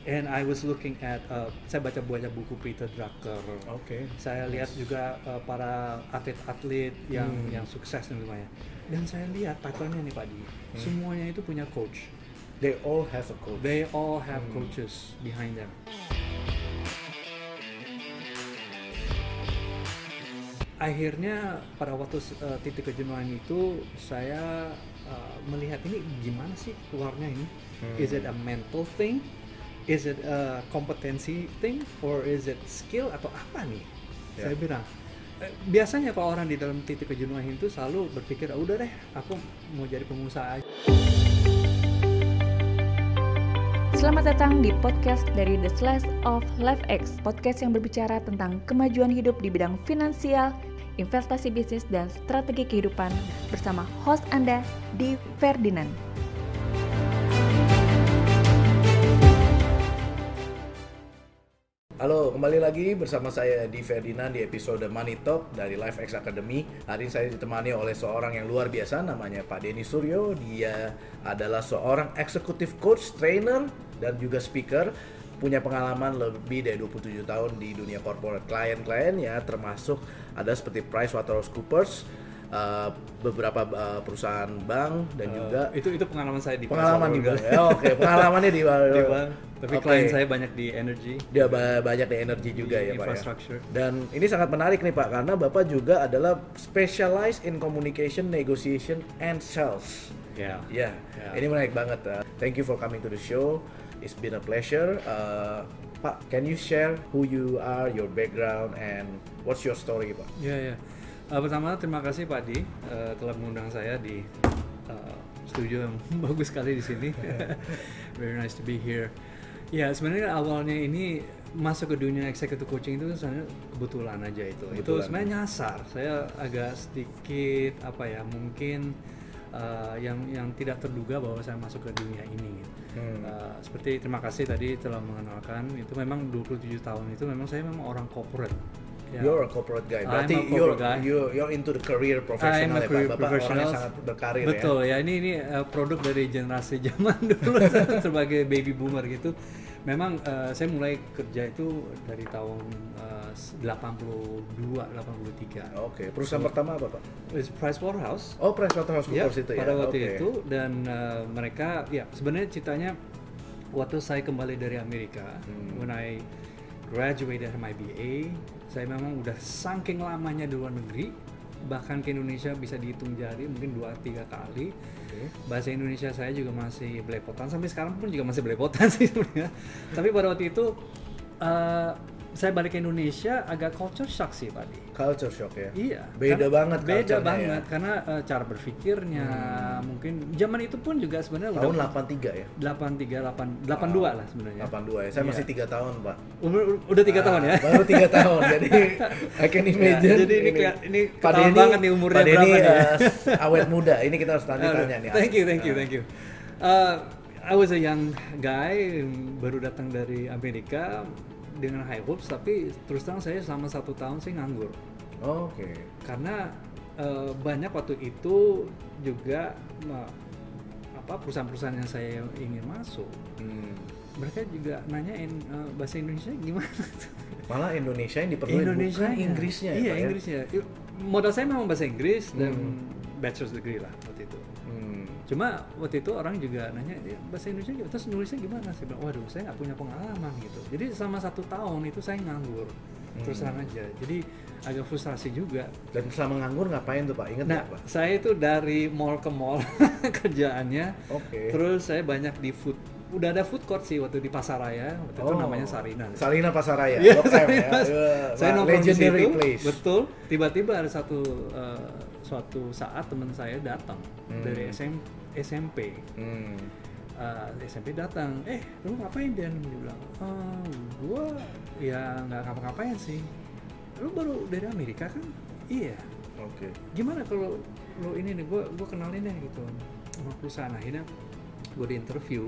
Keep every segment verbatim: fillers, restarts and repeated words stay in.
And I was looking at, uh, saya baca-baca buku Peter Drucker. Oke. Okay. Saya lihat juga uh, para atlet-atlet yang hmm. yang sukses dan lumayan. Dan saya lihat patternnya nih Pak Di, hmm. semuanya itu punya coach. They all have a coach. They all have hmm. coaches behind them. Akhirnya pada waktu uh, titik kejenuhan itu saya uh, melihat ini gimana sih keluarnya ini? Hmm. Is it a mental thing? Is it a kompetensi thing? Or is it skill atau apa nih? Yeah. Saya bilang biasanya kalau orang di dalam titik kejenuhan itu selalu berpikir, oh, udah deh, aku mau jadi pengusaha aja. Selamat datang di podcast dari The Slice of LifeX, podcast yang berbicara tentang kemajuan hidup di bidang finansial, investasi bisnis, dan strategi kehidupan bersama host Anda, Di Ferdinand. Halo, kembali lagi bersama saya Di Ferdinand di episode Money Talk dari LifeX Academy. Hari ini saya ditemani oleh seorang yang luar biasa, namanya Pak Denny Suryo. Dia adalah seorang executive coach, trainer, dan juga speaker. Punya pengalaman lebih dari dua puluh tujuh tahun di dunia corporate. Klien-kliennya termasuk ada seperti PricewaterhouseCoopers, uh, beberapa uh, perusahaan bank, dan uh, juga itu itu pengalaman saya di pengalaman di bank. Ya, oke, okay. Pengalamannya di bank. Tapi okay. Klien saya banyak di energy. Dia ba- banyak di energy juga di ya Pak ya. Dan ini sangat menarik nih Pak, karena Bapak juga adalah specialized in communication, negotiation, and sales. Ya. Yeah. Yeah. Yeah. Ini menarik banget. Uh, thank you for coming to the show. It's been a pleasure. Uh, Pak, can you share who you are, your background, and what's your story Pak? Ya yeah, ya. Yeah. Uh, pertama terima kasih Pak Di uh, telah mengundang saya di uh, studio yang bagus sekali di sini. Very nice to be here. Ya, sebenarnya awalnya ini masuk ke dunia executive coaching itu sebenarnya kebetulan aja itu. Kebetulan. Itu sebenarnya nyasar. Saya agak sedikit apa ya, mungkin uh, yang yang tidak terduga bahwa saya masuk ke dunia ini. Hmm. Uh, seperti terima kasih tadi telah mengenalkan. Itu memang dua puluh tujuh tahun itu memang saya memang orang corporate. Yeah. You're a corporate guy. Berarti you're, guy. you're you're into the career professional ya Pak. Bapak orang yang sangat berkarir. Betul ya. ya. Ini ini uh, produk dari generasi zaman dulu sebagai baby boomer gitu. Memang uh, saya mulai kerja itu dari tahun uh, delapan puluh dua, delapan puluh tiga. Oke. Okay. Perusahaan so, pertama apa Pak? Pricewaterhouse. Oh, Pricewaterhouse itu ya. Pada waktu okay. itu dan uh, mereka ya sebenarnya ceritanya waktu saya kembali dari Amerika, hmm. when I graduated my B A, saya memang udah saking lamanya di luar negeri, bahkan ke Indonesia bisa dihitung jari mungkin dua tiga kali. Okay. Bahasa Indonesia saya juga masih belepotan, sampai sekarang pun juga masih belepotan sih sebenarnya. Tapi pada waktu itu uh, saya balik ke Indonesia agak culture shock sih Pak Di. Culture shock ya? Iya. Beda banget Beda banget ya? Karena uh, cara berpikirnya hmm. mungkin zaman itu pun juga sebenarnya tahun delapan tiga ya? delapan tiga, delapan dua lah sebenarnya. delapan dua ya. Saya iya. masih tiga tahun Pak. Umur udah tiga ah, tahun ya? Baru tiga tahun. Jadi I can imagine. Ya, jadi ini ini, ini ketahuan banget nih umurnya Pak berapa nih. Uh, awet muda. Ini kita harus tanya tanya nih. Thank you, thank you, thank you. Uh, I was a young guy, baru datang dari Amerika dengan high hopes, tapi terus terang saya selama satu tahun saya nganggur. Oh, Oke. Okay. Karena uh, banyak waktu itu juga uh, apa perusahaan-perusahaan yang saya ingin masuk, hmm. mereka juga nanyain uh, bahasa Indonesia gimana. Malah Indonesia yang diperlukan bukan Inggrisnya ya. Iya Pak, Inggrisnya. Ya? Modal saya memang bahasa Inggris dan hmm. bachelor's degree lah waktu itu. Hmm. Cuma waktu itu orang juga nanya bahasa Indonesia gimana? Terus nulisnya gimana? Saya bilang, waduh saya nggak punya pengalaman gitu. Jadi selama satu tahun itu saya nganggur. Hmm. Terus terang aja. Jadi agak frustrasi juga. Dan selama nganggur ngapain tuh Pak? Ingat nah, nggak Pak? Saya itu dari mall ke mall kerjaannya. Oke. Okay. Terus saya banyak di food. Udah ada food court sih waktu di Pasaraya. Waktu oh. itu namanya Sarina. Sarina Pasaraya. Iya, Sarina. Ya. Saya nongkrong di situ. Place. Betul. Tiba-tiba ada satu uh, suatu saat teman saya datang hmm. dari S M, S M P. Hmm. Uh, S M P datang. Eh, lu ngapain Dan? Dia bilang, oh, gua ya nggak ngapa-ngapain sih. Lu baru dari Amerika kan? Iya. Oke. Okay. Gimana kalau lu ini nih, gua gua kenalin deh gitu sama perusahaan. Akhirnya gua di interview.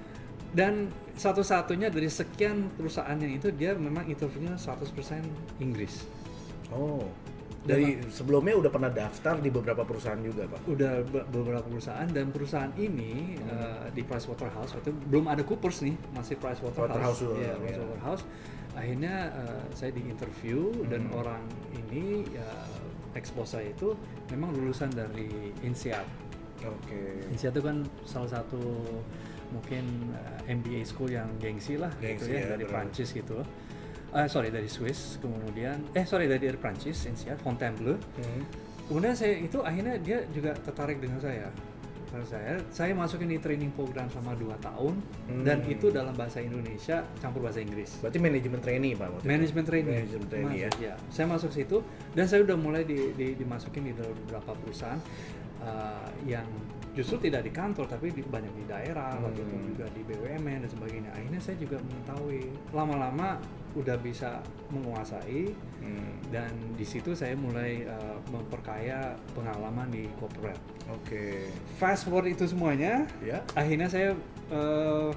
Dan satu-satunya dari sekian perusahaan yang itu dia memang interviewnya seratus persen Inggris. Oh. Dari sebelumnya udah pernah daftar di beberapa perusahaan juga, Pak? Udah be- beberapa perusahaan, dan perusahaan ini hmm. uh, di Pricewaterhouse waktu belum ada Coopers nih, masih Pricewaterhouse. Waterhouse dulu, ya, ya. Pricewaterhouse. Akhirnya uh, saya diinterview hmm. dan orang ini ya ex-bos saya itu memang lulusan dari INSEAD. Oke. Okay. INSEAD itu kan salah satu mungkin uh, M B A school yang gengsi lah, gengsi, gitu ya, ya dari bener. Prancis gitu. Uh, sorry dari Swiss, kemudian eh sorry dari dari Prancis, INSEAD, Fontainebleau. Hmm. Kemudian saya itu akhirnya dia juga tertarik dengan saya. Karena saya saya masukin di training program sama dua tahun hmm. dan itu dalam bahasa Indonesia campur bahasa Inggris. Berarti manajemen trainee, Pak? Manajemen trainee. Manajemen trainee ya. ya. Saya masuk situ dan saya udah mulai di, di, dimasukin di beberapa perusahaan uh, yang justru tidak di kantor tapi di, banyak di daerah, waktu itu hmm. juga di B U M N dan sebagainya. Akhirnya saya juga mengetahui, lama-lama udah bisa menguasai hmm. dan di situ saya mulai uh, memperkaya pengalaman di corporate. Oke. Okay. Fast forward itu semuanya, ya. Akhirnya saya uh,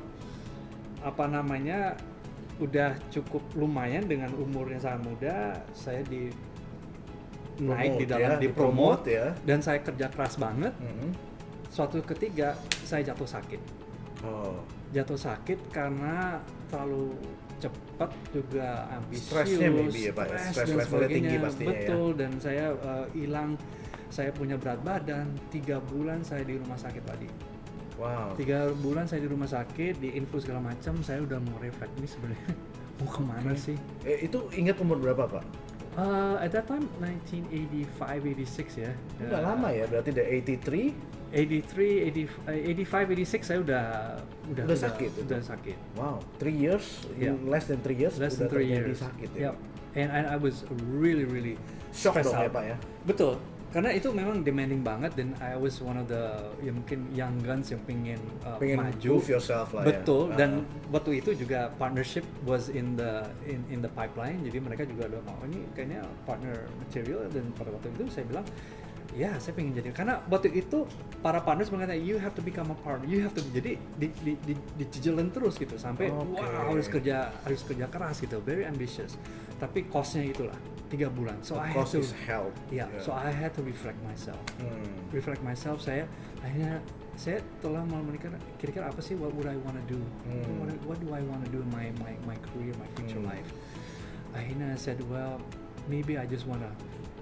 apa namanya udah cukup lumayan dengan umurnya sangat muda, saya di Promote, naik di dalam ya, di promote ya. Dan saya kerja keras banget. Mm-hmm. Suatu ketiga saya jatuh sakit. Oh. Jatuh sakit karena terlalu cepat, juga ambisius, stresnya maybe ya Pak, stres stres dan levelnya tinggi sebagainya. pastinya. Betul, ya. dan saya hilang, uh, saya punya berat badan, tiga bulan saya di rumah sakit tadi. Wow. Tiga bulan saya di rumah sakit, di infus segala macam, saya udah mau reflect ini sebenarnya mau kemana okay. sih? Eh, itu ingat umur berapa Pak? Uh, at that time nineteen eighty-five eighty-six ya. Udah uh, lama ya, berarti dari eighty-three eighty-three, eighty-five, eighty-six saya udah udah, udah sakit. Udah, udah sakit. Wow, three years, yeah. less than three years, less udah than three terjadi years. sakit ya. Yep. And, and I was really really shock dong out. ya Pak ya. Betul, karena itu memang demanding banget dan I was one of the ya mungkin young guns yang pengen, uh, pengen maju. prove yourself lah. Betul, ya. dan uh-huh. waktu itu juga partnership was in the in in the pipeline, jadi mereka juga udah mau ini kayaknya partner material, dan pada waktu itu saya bilang ya saya pengen jadi, karena waktu itu para partners mengatakan you have to become a partner, you have to, jadi di di di, dijejelin terus gitu sampai okay. Wow harus kerja harus kerja keras gitu, very ambitious, tapi costnya itulah tiga bulan, so the I had to is hell. Yeah, yeah, so I had to reflect myself, hmm. reflect myself. Saya akhirnya saya telah memikirkan kira-kira apa sih what would I want to do, hmm. what, what do I want to do in my my my career, my future hmm. life. Akhirnya I said well maybe I just want to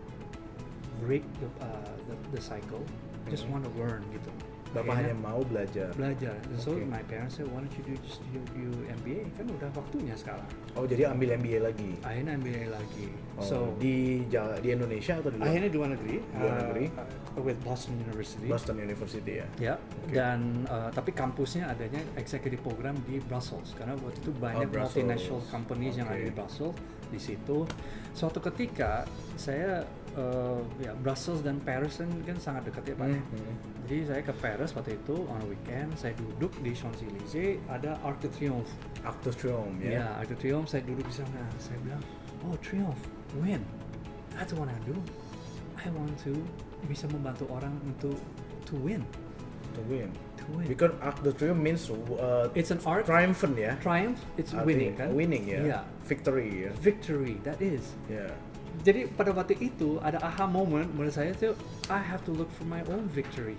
break the, uh, the the cycle, just hmm. want to learn gitu. Bapak hanya mau belajar. Belajar. So okay. my parents said, why don't you do just do, do M B A? Kan udah waktunya sekarang. Oh jadi ambil M B A lagi. Akhirnya M B A lagi. Oh, so di di Indonesia atau di luar? Akhirnya di luar negeri. Luar uh, negeri. Uh, with Boston University. Boston University ya. Ya. Okay. Dan uh, tapi kampusnya adanya executive program di Brussels karena waktu itu banyak oh, multinational companies okay. yang ada di Brussels. Di situ suatu ketika saya uh, ya Brussels dan Paris kan, kan sangat dekat ya Pak. Mm-hmm. Jadi saya ke Paris waktu itu on weekend, saya duduk di Champs-Élysées, ada Arc de Triomphe. Arc de Triomphe ya. Ya, Arc de Triomphe, saya duduk di sana. Saya bilang, oh Triomphe, win. That's what I do. I want to bisa membantu orang untuk to win. To win. To win. Because Arc de Triomphe means uh, it's an art. Triumphant ya. Triumph, it's Arti, winning kan? Winning ya. Yeah. Victory ya. Victory, that is. Yeah. Jadi pada waktu itu ada aha moment menurut saya tuh I have to look for my own victory.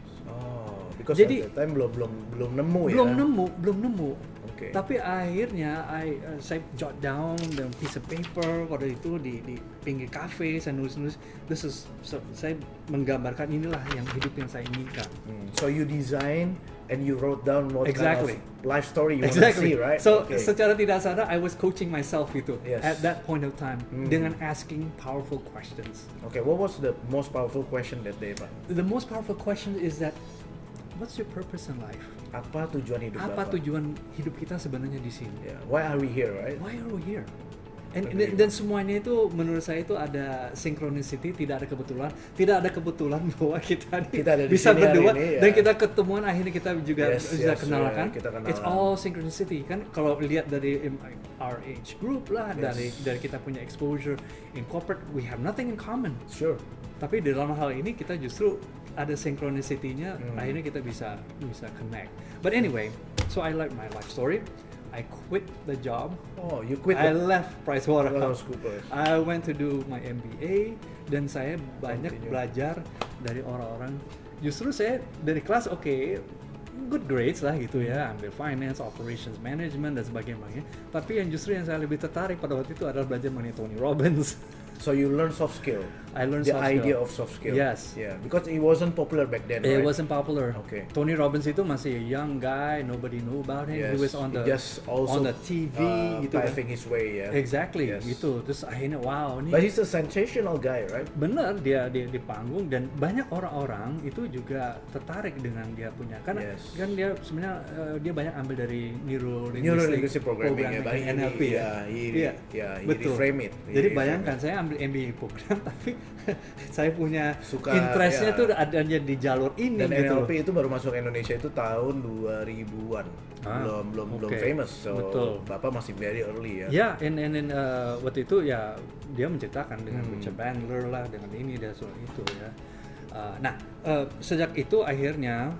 Oh, because jadi, at that time belum belum belum nemu belum ya. Belum nemu, belum nemu. Okay. Tapi akhirnya I, uh, saya jot down dan piece of paper pada itu di di pinggir kafe, saya nulis-nulis. This is so, saya menggambarkan inilah yang hidup yang saya inginkan. Hmm. So you design and you wrote down what exactly. kind of life story you exactly. want to see, right? So okay. secara tidak sadar I was coaching myself gitu yes. at that point of time hmm. dengan asking powerful questions. Okay, what was the most powerful question that day, Pak? The most powerful question is that what's your purpose in life? Apa tujuan hidup Apa Bapak? tujuan hidup kita sebenarnya di sini? Yeah. Why are we here, right? Why are we here? And, dan, dan semuanya itu menurut saya itu ada synchronicity, tidak ada kebetulan, tidak ada kebetulan bahwa kita, kita ada di bisa berdua ini, ya. dan kita ketemuan akhirnya kita juga yes, bisa yes, kenalan. Yeah, kita kenalan. It's all synchronicity kan kalau lihat dari our age group lah, yes. dari dari kita punya exposure in corporate, we have nothing in common. Sure. Tapi dalam hal ini kita justru ada synchronicity-nya, hmm. akhirnya kita bisa bisa connect. But anyway, so I like my life story. I quit the job. Oh, you quit. I the- left PricewaterhouseCoopers. PricewaterhouseCoopers. I went to do my M B A dan saya banyak Continue. belajar dari orang-orang. Justru saya dari kelas oke, okay, good grades lah gitu ya, ambil finance, operations management dan sebagainya. Tapi yang justru yang saya lebih tertarik pada waktu itu adalah belajar mengenai Tony Robbins. So you learn soft skill. I learned The soft idea skill. of soft skill. Yes. Yeah, because it wasn't popular back then, It right? wasn't popular. Okay. Tony Robbins itu masih a young guy, nobody knew about him. He Yes. was on He the just also on the T V uh, gitu kan. paving his way, yeah. Exactly, Yes. gitu. Terus akhirnya wow, nih But he's a sensational guy, right? bener dia di, di panggung dan banyak orang-orang itu juga tertarik dengan dia punya karena Yes. kan dia sebenarnya uh, dia banyak ambil dari neuro Neuro-linguistic programming, ya, but he- N L P yeah, he- Iya, yeah, he betul. reframe it. He Jadi reframe bayangkan it. saya ambil M B A program tapi saya punya Suka, interestnya ya. tuh adanya di jalur ini Dan gitu N L loh. P itu baru masuk Indonesia itu tahun dua ribuan. Ah, belum belum belum oke. famous. So Betul. Bapak masih very early ya. Ya, and, and, and, uh, waktu itu ya dia menceritakan dengan Hmm. Richard Bandler lah, dengan ini dan soal itu ya. Uh, nah, uh, sejak itu akhirnya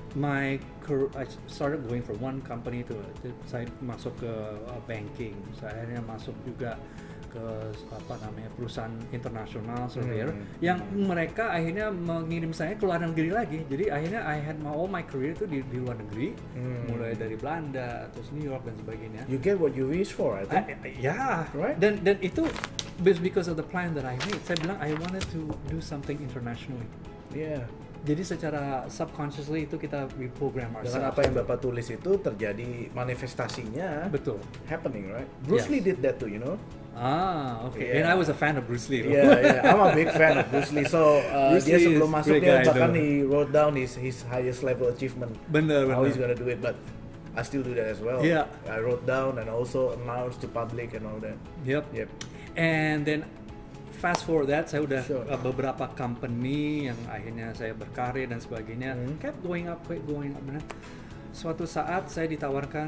my career, I started going from one company to saya masuk ke uh, banking, saya akhirnya masuk juga ke apa namanya perusahaan internasional surveyor Hmm. yang mereka akhirnya mengirim saya ke luar negeri lagi. Jadi akhirnya I had my, all my career itu di, di luar negeri, Hmm. mulai dari Belanda, terus New York dan sebagainya. You get what you wish for, I think. I, ya, Right? dan dan itu be- because of the plan that I made. Saya bilang I wanted to do something internationally. Yeah. Jadi secara subconsciously itu kita reprogram ourselves. Dengan apa yang Bapak tulis itu terjadi manifestasinya Betul. happening, right? Bruce Yes. Lee did that too, you know. Ah, oke. Yeah. And I was a fan of Bruce Lee. though. Yeah, yeah. I'm a big fan of Bruce Lee. So uh, Bruce dia Lee sebelum is masuk great dia guy, bahkan though. he wrote down his his highest level achievement. Bener, How bener. he's gonna do it, but I still do that as well. Yeah. I wrote down and also announced to public and all that. Yep. Yep. And then fast forward that, saya udah Sure. uh, beberapa company yang akhirnya saya berkarir dan sebagainya, Hmm. kept going up, kept going up. Benar. Suatu saat saya ditawarkan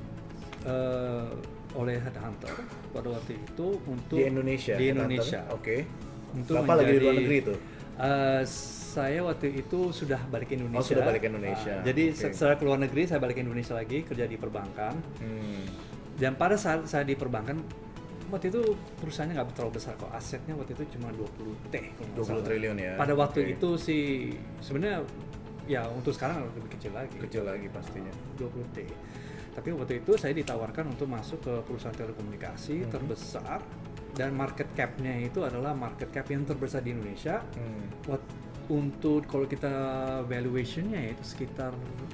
uh, oleh headhunter pada waktu itu untuk Di Indonesia. Di headhunter. Indonesia. Oke. Untuk Bapak lagi di luar menjadi- negeri tuh. Uh, saya waktu itu sudah balik ke Indonesia. Oh, sudah balik ke Indonesia. Uh, jadi Oke. setelah keluar negeri saya balik ke Indonesia lagi kerja di perbankan. Hmm. Dan pada saat saya di perbankan waktu itu perusahaannya nggak terlalu besar kok, asetnya waktu itu cuma dua puluh T kalau nggak dua puluh salah. triliun ya. Pada waktu Oke. itu sih sebenarnya ya untuk sekarang lebih kecil lagi. Kecil lagi pastinya. dua puluh T. Tapi waktu itu saya ditawarkan untuk masuk ke perusahaan telekomunikasi Mhm. terbesar dan market cap-nya itu adalah market cap yang terbesar di Indonesia. Hmm. Wat- untuk kalau kita valuation-nya itu sekitar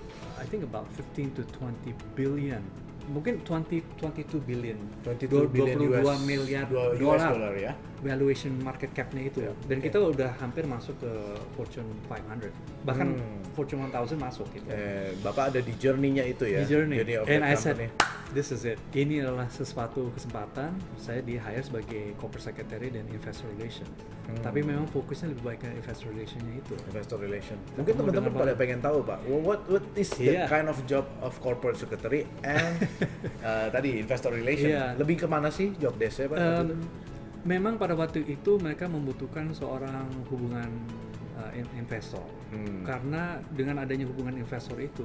I think about fifteen to twenty billion. Mungkin twenty, twenty-two billion. twenty-two billion dua puluh dua U S miliar dua- U S dolar dollar ya. valuation market cap-nya itu. Ya, Dan oke. kita udah hampir masuk ke Fortune five hundred. Bahkan Hmm. Fortune one thousand masuk gitu. Eh, Bapak ada di journey-nya itu ya. Di journey. Journey of And the I said, company. this is it. Ini adalah sesuatu kesempatan. Saya di hire sebagai corporate secretary dan investor relation. Hmm. Tapi memang fokusnya lebih baik ke investor relation-nya itu. Investor relation. Ketemu Mungkin teman-teman dengan pada Bapak. pengen tahu Pak, what what is the Iya. kind of job of corporate secretary and uh, tadi investor relation. Iya. Lebih kemana sih job desk-nya Pak? waktu itu? Um, memang pada waktu itu mereka membutuhkan seorang hubungan uh, in- investor. Hmm. Karena dengan adanya hubungan investor itu,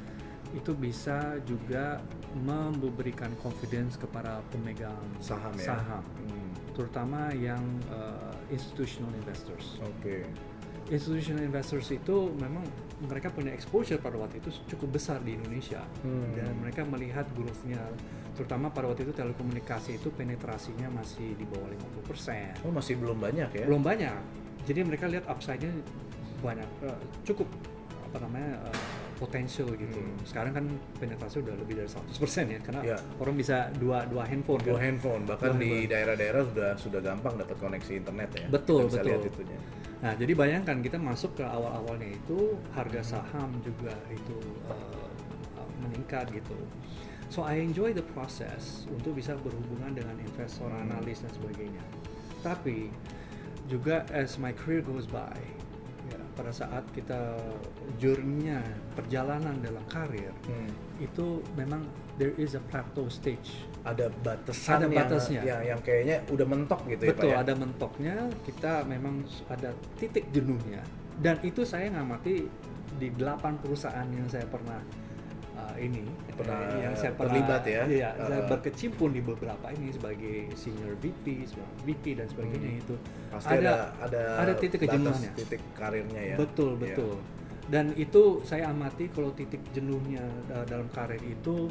itu bisa juga memberikan confidence kepada pemegang Saham ya. saham, Hmm. terutama yang uh, institutional investors. Oke. Institutional investors itu memang mereka punya exposure pada waktu itu cukup besar di Indonesia. Hmm. Dan mereka melihat growth-nya, terutama pada waktu itu telekomunikasi itu penetrasinya masih di bawah lima puluh persen. Oh, masih belum banyak ya? Belum banyak. Jadi mereka lihat upside-nya banyak, eh, cukup apa namanya eh, potensial gitu. Hmm. Sekarang kan penetrasi udah lebih dari seratus persen ya, karena Ya. orang bisa dua dua handphone. Dua kan. handphone, bahkan Dua di handphone. daerah-daerah sudah sudah gampang dapat koneksi internet ya. Betul, Kita bisa betul. lihat itunya. Nah, jadi bayangkan kita masuk ke awal-awalnya itu harga saham juga itu uh, uh, meningkat gitu. So I enjoy the process untuk bisa berhubungan dengan investor, Hmm. analis dan sebagainya. Tapi juga as my career goes by, ya, pada saat kita journey-nya, perjalanan dalam karir Hmm. itu memang there is a plateau stage. Ada batasan Ada yang, batasnya. yang yang kayaknya udah mentok gitu ya Pak Betul, ya. ada mentoknya, kita memang ada titik jenuhnya. Dan itu saya ngamati di delapan perusahaan yang saya pernah uh, ini Pernah eh, yang saya pernah terlibat ya? Iya, Uh, saya berkecimpung di beberapa ini sebagai senior V P, sebagai V P dan sebagainya Hmm. itu. Pasti ada ada, ada titik batas kejenuhannya. titik karirnya ya. Betul, Iya. betul. Dan itu saya amati kalau titik jenuhnya uh, dalam karir itu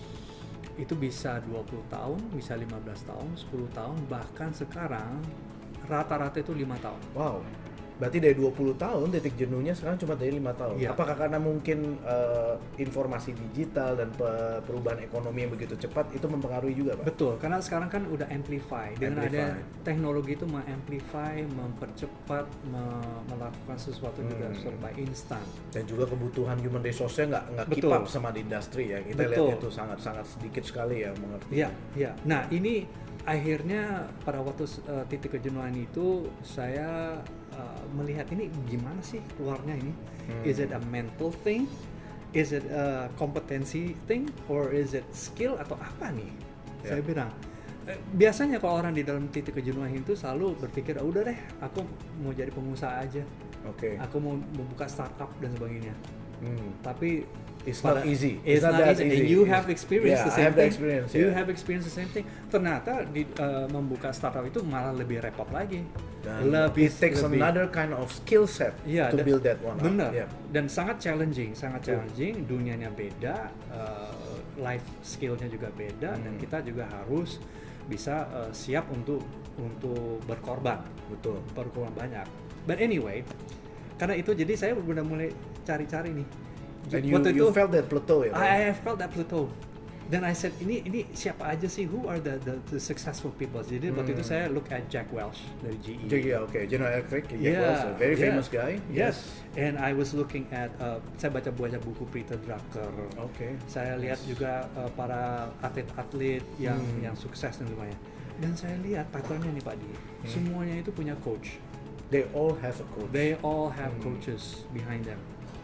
itu bisa dua puluh tahun, bisa lima belas tahun, sepuluh tahun, bahkan sekarang rata-rata itu lima tahun. Wow. Berarti dari dua puluh tahun titik jenuhnya sekarang cuma dari lima tahun. Iya. Apakah karena mungkin uh, informasi digital dan pe- perubahan ekonomi yang begitu cepat itu mempengaruhi juga, Pak? Betul, karena sekarang kan udah amplify. Dengan Amplify. ada teknologi itu mengamplify, mempercepat, me- melakukan sesuatu Hmm. juga serba instan. Dan juga kebutuhan human resource-nya nggak nggak keep Betul. up sama di industri ya. Kita Betul. lihat itu sangat-sangat sedikit sekali yang mengerti. Iya, iya. Nah, ini akhirnya pada waktu uh, titik kejenuhan itu saya uh, melihat ini gimana sih keluarnya ini? Hmm. Is it a mental thing? Is it a competency thing? Or is it skill atau apa nih? Ya. Saya bilang eh, biasanya kalau orang di dalam titik kejenuhan itu selalu berpikir, "Ah, udah deh, aku mau jadi pengusaha aja. Oke. Aku mau membuka startup dan sebagainya." Hmm. Tapi It's pada- not easy. It's, not, that easy. And you have experienced Yeah, the I same have the thing. experience, You yeah. have experienced the same thing. Ternyata di, uh, membuka startup itu malah lebih repot lagi. Dan lebih, it takes lebih- another kind of skill set Iya, to dan- build that one up. Benar. Yeah. Dan sangat challenging, sangat Betul. challenging. Dunianya beda, uh, life skillnya juga beda, dan Hmm. kita juga harus bisa uh, siap untuk untuk berkorban, Betul. berkorban banyak. But anyway, karena itu jadi saya udah mulai cari-cari nih. And you, Waktu you itu- felt that plateau ya? Pak? I, I felt that plateau. Then I said, ini ini siapa aja sih? Who are the the, the successful people? Jadi waktu itu Hmm. saya look at Jack Welch dari G E. Jadi ya, oke, General Electric, Jack Yeah, Welch, a very yeah. famous guy. Yes. And I was looking at, uh, saya baca baca buku Peter Drucker. Oke. Saya lihat juga uh, para atlet-atlet yang Hmm. yang sukses dan semuanya. Dan saya lihat patternnya nih Pak Di, Hmm. semuanya itu punya coach. They all have a coach. They all have Hmm. coaches behind them.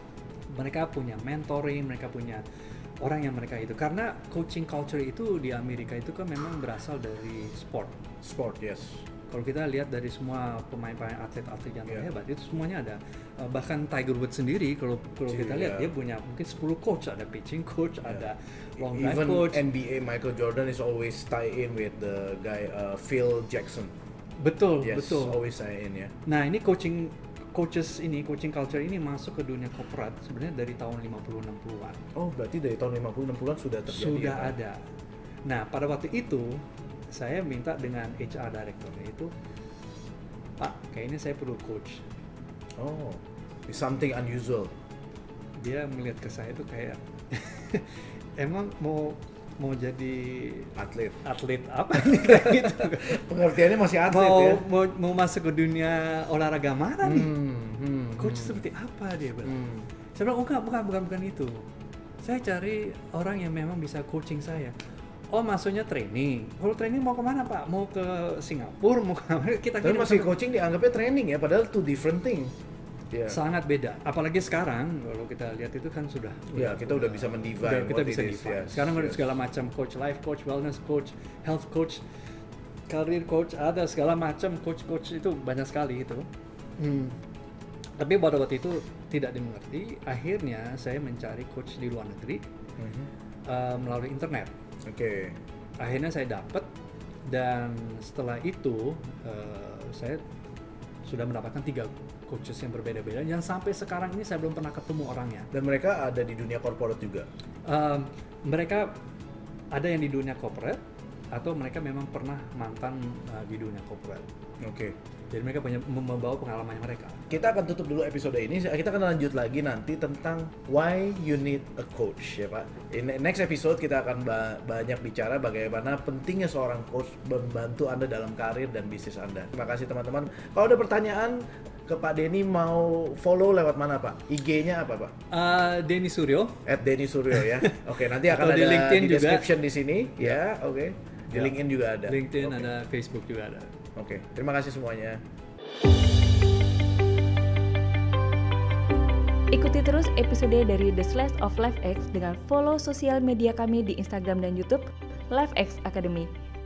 Mereka punya mentoring, mereka punya orang yang mereka itu. Karena coaching culture itu di Amerika itu kan memang berasal dari sport. Sport, yes. Kalau kita lihat dari semua pemain-pemain atlet-atlet yang Yeah. hebat, itu semuanya ada. Uh, bahkan Tiger Woods sendiri, kalau kalau kita lihat Yeah. dia punya mungkin sepuluh coach, ada pitching coach, Yeah. ada long drive Even coach. N B A Michael Jordan is always tie in with the guy uh, Phil Jackson. Betul, Yes, betul. always tie in ya. Nah, ini coaching coaches ini, coaching culture ini masuk ke dunia korporat sebenarnya dari tahun lima puluh enam puluhan. Oh, berarti dari tahun lima puluh enam puluhan sudah terjadi. Sudah ya, Pak? ada. Nah, pada waktu itu saya minta dengan H R directornya itu, Pak, kayaknya saya perlu coach. Oh, it's something unusual. Dia melihat ke saya itu kayak, emang mau mau jadi Atlet. atlet apa nih kayak gitu. Pengertiannya masih atlet mau, ya. mau mau masuk ke dunia olahraga mana nih? Hmm, hmm, Coach hmm. seperti apa dia bilang? Hmm. Saya bilang, oh enggak, bukan, bukan, bukan itu. Saya cari orang yang memang bisa coaching saya. Oh, maksudnya training. Kalau training mau kemana Pak? Mau ke Singapura? Mau ke mana? Kita Tapi kirim masih ke- coaching dianggapnya training ya, padahal two different thing. Ya. sangat beda. Apalagi sekarang kalau kita lihat itu kan sudah. Ya, kita udah bisa mendefine udah- kita what bisa it is, define. yes, Sekarang ada yes. segala macam coach, life coach, wellness coach, health coach, career coach, ada segala macam coach-coach itu banyak sekali itu. Hmm. Tapi pada waktu itu tidak dimengerti. Akhirnya saya mencari coach di luar negeri Mhm. uh, melalui internet. Oke. Akhirnya saya dapat, dan setelah itu uh, saya sudah mendapatkan tiga coaches yang berbeda-beda yang sampai sekarang ini saya belum pernah ketemu orangnya. Dan mereka ada di dunia corporate juga. Um, mereka ada yang di dunia corporate atau mereka memang pernah mantan uh, di dunia corporate. Oke. Jadi mereka punya membawa pengalaman mereka. Kita akan tutup dulu episode ini. Kita akan lanjut lagi nanti tentang why you need a coach ya Pak. In next episode kita akan ba- banyak bicara bagaimana pentingnya seorang coach membantu Anda dalam karir dan bisnis Anda. Terima kasih teman-teman. Kalau ada pertanyaan ke Pak Denny mau follow lewat mana Pak? I G-nya apa Pak? Uh, Denny Suryo. at Denny Suryo ya. Oke, nanti akan Atau di ada LinkedIn di juga. description di sini ya. Oke. Di Ya. LinkedIn juga ada. LinkedIn Oke. ada, Facebook juga ada. Oke, terima kasih semuanya. Ikuti terus episode dari The Slice of LifeX dengan follow sosial media kami di Instagram dan YouTube LifeX Academy.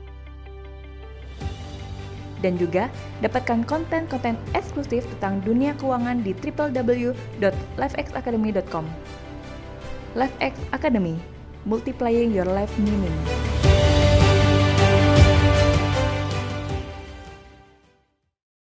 Dan juga dapatkan konten-konten eksklusif tentang dunia keuangan di w w w dot lifex academy dot com. LifeX Academy, multiplying your life meaning.